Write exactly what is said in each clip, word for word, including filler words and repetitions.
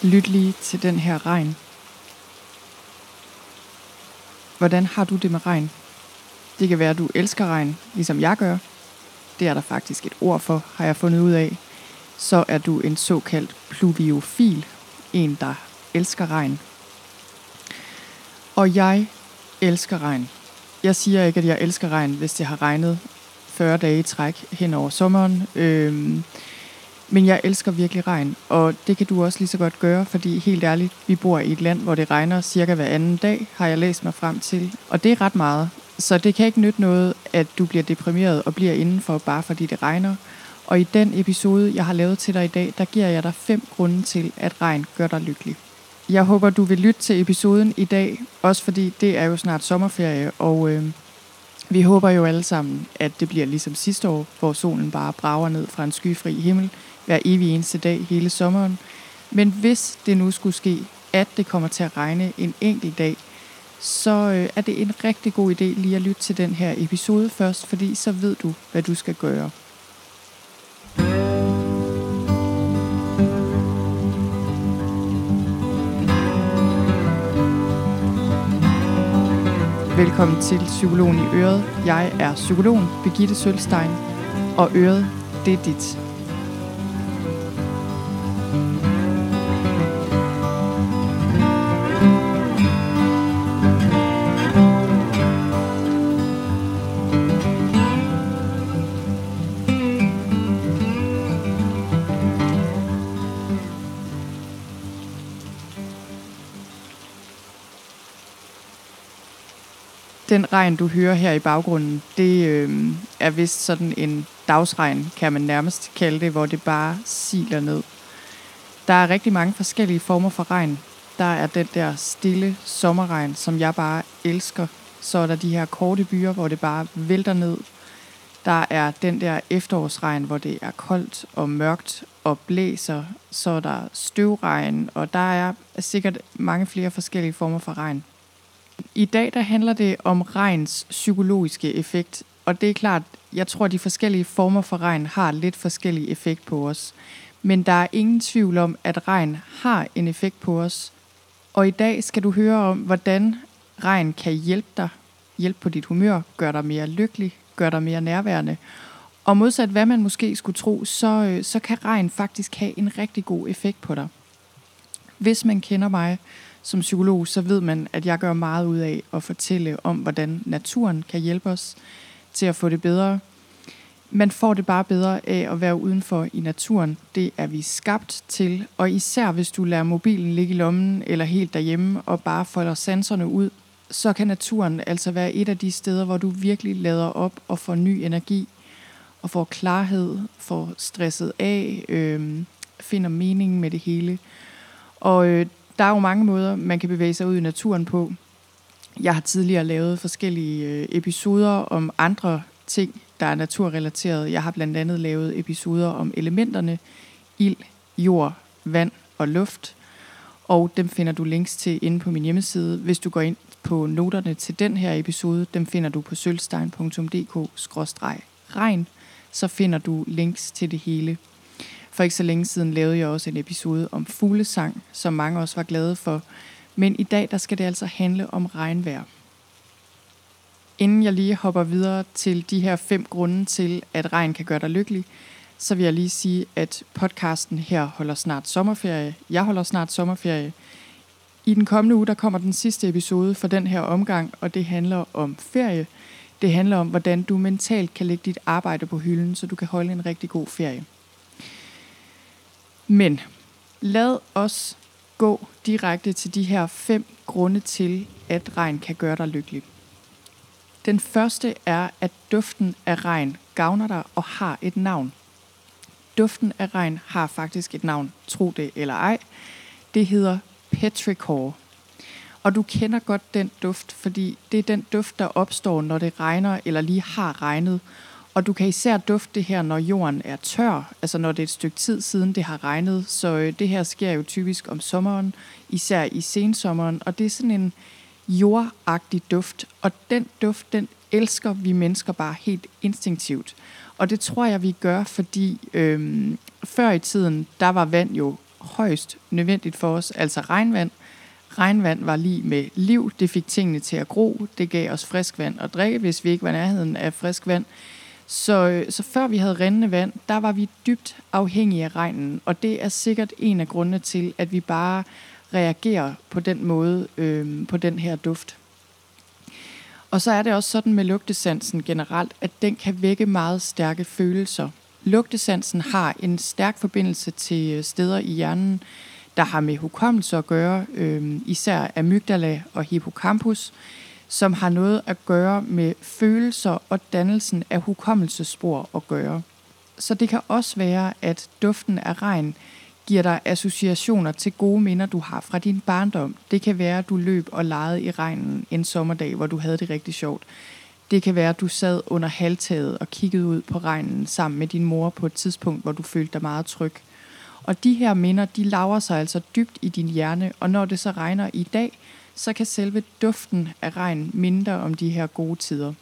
Lyt lige til den her regn. Hvordan har du det med regn? Det kan være, at du elsker regn, ligesom jeg gør. Det er der faktisk et ord for, har jeg fundet ud af. Så er du en såkaldt pluviofil, en der elsker regn. Og jeg elsker regn. Jeg siger ikke, at jeg elsker regn, hvis det har regnet fyrre dage i træk hen over sommeren. Øhm, men jeg elsker virkelig regn, og det kan du også lige så godt gøre, fordi helt ærligt, vi bor i et land, hvor det regner cirka hver anden dag, har jeg læst mig frem til. Og det er ret meget, så det kan ikke nytte noget, at du bliver deprimeret og bliver indenfor, bare fordi det regner. Og i den episode, jeg har lavet til dig i dag, der giver jeg dig fem grunde til, at regn gør dig lykkelig. Jeg håber, du vil lytte til episoden i dag, også fordi det er jo snart sommerferie, og øh, vi håber jo alle sammen, at det bliver ligesom sidste år, hvor solen bare brager ned fra en skyfri himmel hver evig eneste dag hele sommeren. Men hvis det nu skulle ske, at det kommer til at regne en enkelt dag, så øh, er det en rigtig god idé lige at lytte til den her episode først, fordi så ved du, hvad du skal gøre. Velkommen til Psykologen i Øret. Jeg er psykologen Birgitte Sølstein, og øret, det er dit. Den regn, du hører her i baggrunden, det øh, er vist sådan en dagsregn, kan man nærmest kalde det, hvor det bare siler ned. Der er rigtig mange forskellige former for regn. Der er den der stille sommerregn, som jeg bare elsker. Så er der de her korte byer, hvor det bare vælter ned. Der er den der efterårsregn, hvor det er koldt og mørkt og blæser. Så er der støvregn, og der er sikkert mange flere forskellige former for regn. I dag der handler det om regns psykologiske effekt, og det er klart, jeg tror, de forskellige former for regn har lidt forskellig effekt på os. Men der er ingen tvivl om, at regn har en effekt på os. Og i dag skal du høre om, hvordan regn kan hjælpe dig, hjælpe på dit humør, gøre dig mere lykkelig, gøre dig mere nærværende. Og modsat hvad man måske skulle tro, så, så kan regn faktisk have en rigtig god effekt på dig. Hvis man kender mig som psykolog, så ved man, at jeg gør meget ud af at fortælle om, hvordan naturen kan hjælpe os til at få det bedre. Man får det bare bedre af at være udenfor i naturen. Det er vi skabt til, og især hvis du lader mobilen ligge i lommen eller helt derhjemme og bare folder sanserne ud, så kan naturen altså være et af de steder, hvor du virkelig lader op og får ny energi og får klarhed, får stresset af, øh, finder mening med det hele. Og øh, der er jo mange måder, man kan bevæge sig ud i naturen på. Jeg har tidligere lavet forskellige episoder om andre ting, der er naturrelateret. Jeg har blandt andet lavet episoder om elementerne ild, jord, vand og luft. Og dem finder du links til inde på min hjemmeside. Hvis du går ind på noterne til den her episode, dem finder du på sølstein punktum d k skråstreg regn, så finder du links til det hele. For ikke så længe siden lavede jeg også en episode om fuglesang, som mange også var glade for. Men i dag der skal det altså handle om regnvejr. Inden jeg lige hopper videre til de her fem grunde til, at regn kan gøre dig lykkelig, så vil jeg lige sige, at podcasten her holder snart sommerferie. Jeg holder snart sommerferie. I den kommende uge der kommer den sidste episode for den her omgang, og det handler om ferie. Det handler om, hvordan du mentalt kan lægge dit arbejde på hylden, så du kan holde en rigtig god ferie. Men lad os gå direkte til de her fem grunde til, at regn kan gøre dig lykkelig. Den første er, at duften af regn gavner dig og har et navn. Duften af regn har faktisk et navn, tro det eller ej. Det hedder petrichor. Og du kender godt den duft, fordi det er den duft, der opstår, når det regner eller lige har regnet. Og du kan især dufte det her, når jorden er tør, altså når det er et stykke tid siden, det har regnet. Så det her sker jo typisk om sommeren, især i sensommeren. Og det er sådan en jordagtig duft, og den duft, den elsker vi mennesker bare helt instinktivt. Og det tror jeg, vi gør, fordi øhm, før i tiden, der var vand jo højst nødvendigt for os, altså regnvand. Regnvand var lige med liv, det fik tingene til at gro, det gav os frisk vand at drikke, hvis vi ikke var i nærheden af frisk vand. Så, så før vi havde rindende vand, der var vi dybt afhængige af regnen, og det er sikkert en af grundene til, at vi bare reagerer på den måde, øh, på den her duft. Og så er det også sådan med lugtesansen generelt, at den kan vække meget stærke følelser. Lugtesansen har en stærk forbindelse til steder i hjernen, der har med hukommelse at gøre, øh, især amygdala og hippocampus, som har noget at gøre med følelser og dannelsen af hukommelsesspor at gøre. Så det kan også være, at duften af regn giver dig associationer til gode minder, du har fra din barndom. Det kan være, at du løb og legede i regnen en sommerdag, hvor du havde det rigtig sjovt. Det kan være, at du sad under halvtaget og kiggede ud på regnen sammen med din mor på et tidspunkt, hvor du følte dig meget tryg. Og de her minder, de laver sig altså dybt i din hjerne, og når det så regner i dag, så kan selve duften af regn minde dig om de her gode tider.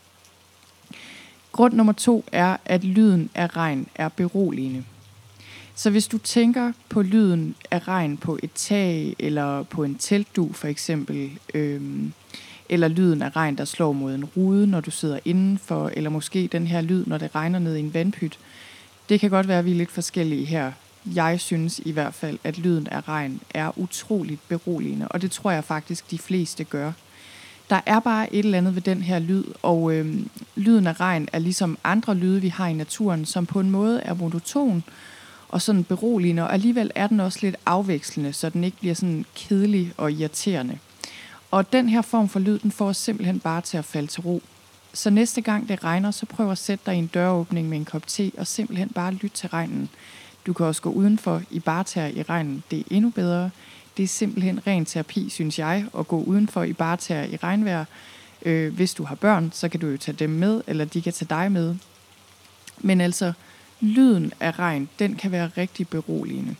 Grund nummer to er, at lyden af regn er beroligende. Så hvis du tænker på lyden af regn på et tag, eller på en teltdug for eksempel, øhm, eller lyden af regn, der slår mod en rude, når du sidder indenfor, eller måske den her lyd, når det regner ned i en vandpyt. Det kan godt være, at vi er lidt forskellige her. Jeg synes i hvert fald, at lyden af regn er utroligt beroligende, og det tror jeg faktisk, de fleste gør. Der er bare et eller andet ved den her lyd, og øhm, lyden af regn er ligesom andre lyde, vi har i naturen, som på en måde er monoton og sådan beroligende, og alligevel er den også lidt afvekslende, så den ikke bliver sådan kedelig og irriterende. Og den her form for lyd, den får os simpelthen bare til at falde til ro. Så næste gang det regner, så prøv at sætte dig i en døråbning med en kop te, og simpelthen bare lytte til regnen. Du kan også gå udenfor i barter i regnen, det er endnu bedre. Det er simpelthen ren terapi, synes jeg, at gå udenfor i barter i regnvejr. Øh, hvis du har børn, så kan du jo tage dem med, eller de kan tage dig med. Men altså, lyden af regn, den kan være rigtig beroligende.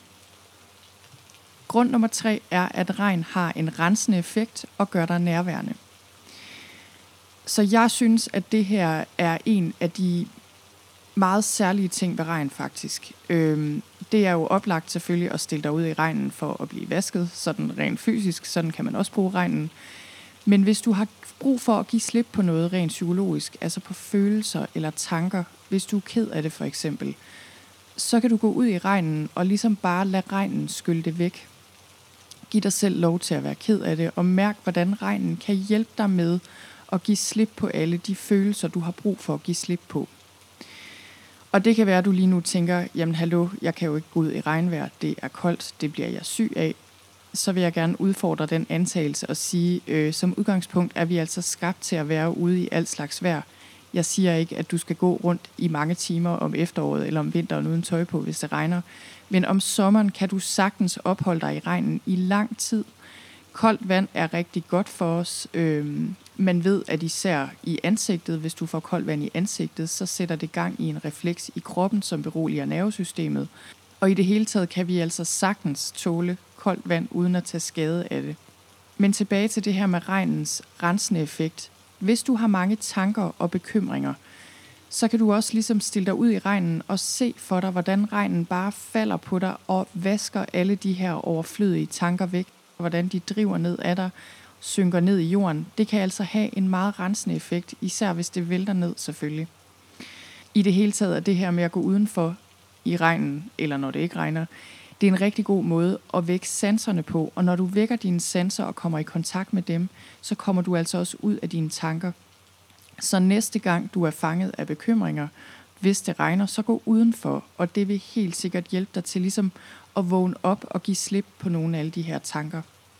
Grund nummer tre er, at regn har en rensende effekt og gør dig nærværende. Så jeg synes, at det her er en af de meget særlige ting ved regn faktisk. Øhm, det er jo oplagt selvfølgelig at stille dig ud i regnen for at blive vasket, sådan rent fysisk, sådan kan man også bruge regnen. Men hvis du har brug for at give slip på noget rent psykologisk, altså på følelser eller tanker, hvis du er ked af det for eksempel, så kan du gå ud i regnen og ligesom bare lade regnen skylle det væk. Giv dig selv lov til at være ked af det, og mærk, hvordan regnen kan hjælpe dig med at give slip på alle de følelser, du har brug for at give slip på. Og det kan være, at du lige nu tænker, jamen hallo, jeg kan jo ikke gå ud i regnvejr, det er koldt, det bliver jeg syg af. Så vil jeg gerne udfordre den antagelse og sige, øh, som udgangspunkt er vi altså skabt til at være ude i alt slags vejr. Jeg siger ikke, at du skal gå rundt i mange timer om efteråret eller om vinteren uden tøj på, hvis det regner. Men om sommeren kan du sagtens opholde dig i regnen i lang tid. Koldt vand er rigtig godt for os. Øhm, man ved, at især i ansigtet, hvis du får koldt vand i ansigtet, så sætter det gang i en refleks i kroppen, som beroliger nervesystemet. Og i det hele taget kan vi altså sagtens tåle koldt vand, uden at tage skade af det. Men tilbage til det her med regnens rensende effekt. Hvis du har mange tanker og bekymringer, så kan du også ligesom stille dig ud i regnen og se for dig, hvordan regnen bare falder på dig og vasker alle de her overflødige tanker væk. Hvordan de driver ned af dig, synker ned i jorden. Det kan altså have en meget rensende effekt, især hvis det vælter ned selvfølgelig. I det hele taget er det her med at gå udenfor i regnen, eller når det ikke regner, det er en rigtig god måde at vække sanserne på, og når du vækker dine sanser og kommer i kontakt med dem, så kommer du altså også ud af dine tanker. Så næste gang du er fanget af bekymringer, hvis det regner, så gå udenfor, og det vil helt sikkert hjælpe dig til ligesom at vågne op og give slip på nogle af alle de her tanker.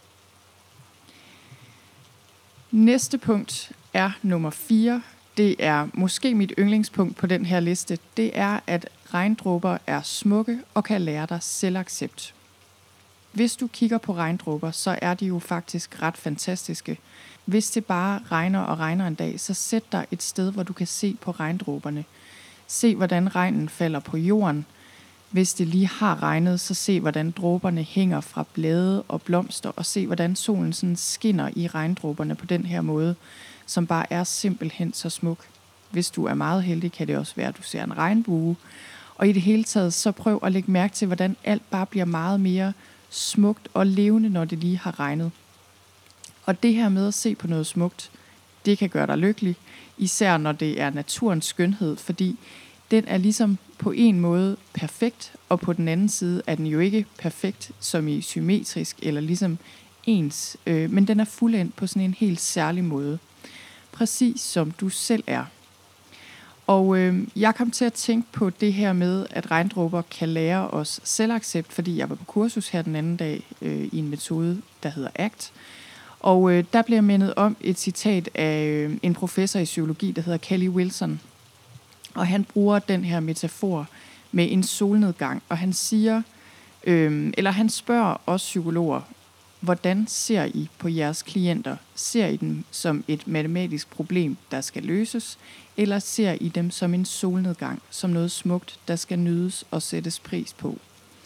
Næste punkt er nummer fire. Det er måske mit yndlingspunkt på den her liste. Det er, at regndråber er smukke og kan lære dig selvaccept. Hvis du kigger på regndråber, så er de jo faktisk ret fantastiske. Hvis det bare regner og regner en dag, så sæt dig et sted, hvor du kan se på regndråberne. Se, hvordan regnen falder på jorden. Hvis det lige har regnet, så se, hvordan dråberne hænger fra blade og blomster, og se, hvordan solen sådan skinner i regndråberne på den her måde, som bare er simpelthen så smuk. Hvis du er meget heldig, kan det også være, at du ser en regnbue. Og i det hele taget, så prøv at lægge mærke til, hvordan alt bare bliver meget mere smukt og levende, når det lige har regnet. Og det her med at se på noget smukt, det kan gøre dig lykkelig, især når det er naturens skønhed, fordi den er ligesom på en måde perfekt, og på den anden side er den jo ikke perfekt som i symmetrisk eller ligesom ens, øh, men den er fuldendt på sådan en helt særlig måde. Præcis som du selv er. Og øh, jeg kom til at tænke på det her med, at regndråber kan lære os selvaccept, fordi jeg var på kursus her den anden dag øh, i en metode, der hedder ACT. Og øh, der bliver mindet om et citat af øh, en professor i psykologi, der hedder Kelly Wilson. Og han bruger den her metafor med en solnedgang, og han siger, øh, eller han spørger os psykologer, hvordan ser I på jeres klienter? Ser I dem som et matematisk problem, der skal løses, eller ser I dem som en solnedgang, som noget smukt, der skal nydes og sættes pris på?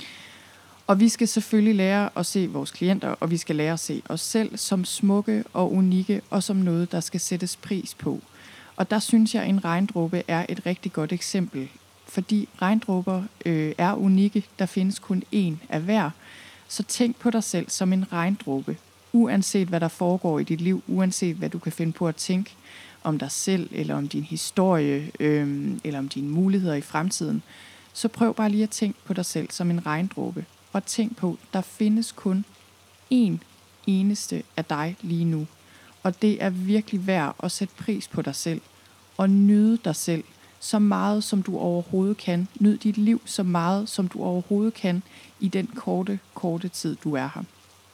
Og vi skal selvfølgelig lære at se vores klienter, og vi skal lære at se os selv som smukke og unikke, og som noget, der skal sættes pris på. Og der synes jeg, at en regndråbe er et rigtig godt eksempel, fordi regndråber øh, er unikke. Der findes kun én af hver. Så tænk på dig selv som en regndråbe, uanset hvad der foregår i dit liv, uanset hvad du kan finde på at tænke om dig selv, eller om din historie, øh, eller om dine muligheder i fremtiden. Så prøv bare lige at tænke på dig selv som en regndråbe, og tænk på, at der findes kun én eneste af dig lige nu. Og det er virkelig værd at sætte pris på dig selv, og nyde dig selv så meget, som du overhovedet kan. Nyd dit liv så meget, som du overhovedet kan, i den korte, korte tid, du er her.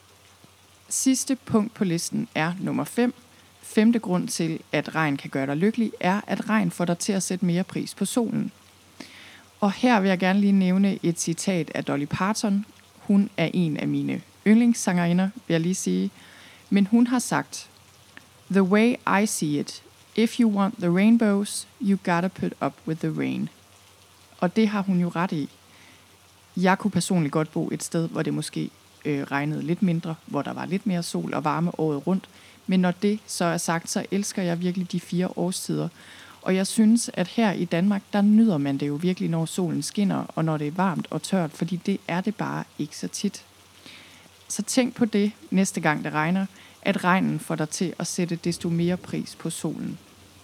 Sidste punkt på listen er nummer fem. Femte grund til, at regn kan gøre dig lykkelig, er, at regn får dig til at sætte mere pris på solen. Og her vil jeg gerne lige nævne et citat af Dolly Parton. Hun er en af mine yndlingssangerinder, vil jeg lige sige. Men hun har sagt, "The way I see it, if you want the rainbows, you gotta put up with the rain." Og det har hun jo ret i. Jeg kunne personligt godt bo et sted, hvor det måske øh, regnede lidt mindre, hvor der var lidt mere sol og varme året rundt. Men når det så er sagt, så elsker jeg virkelig de fire årstider. Og jeg synes, at her i Danmark, der nyder man det jo virkelig, når solen skinner, og når det er varmt og tørt, fordi det er det bare ikke så tit. Så tænk på det næste gang det regner, at regnen får dig til at sætte desto mere pris på solen.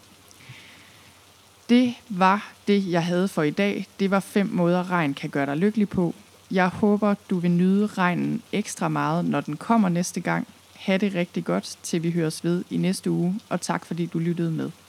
Det var det, jeg havde for i dag. Det var fem måder, regn kan gøre dig lykkelig på. Jeg håber, du vil nyde regnen ekstra meget, når den kommer næste gang. Ha' det rigtig godt, til vi høres ved i næste uge, og tak fordi du lyttede med.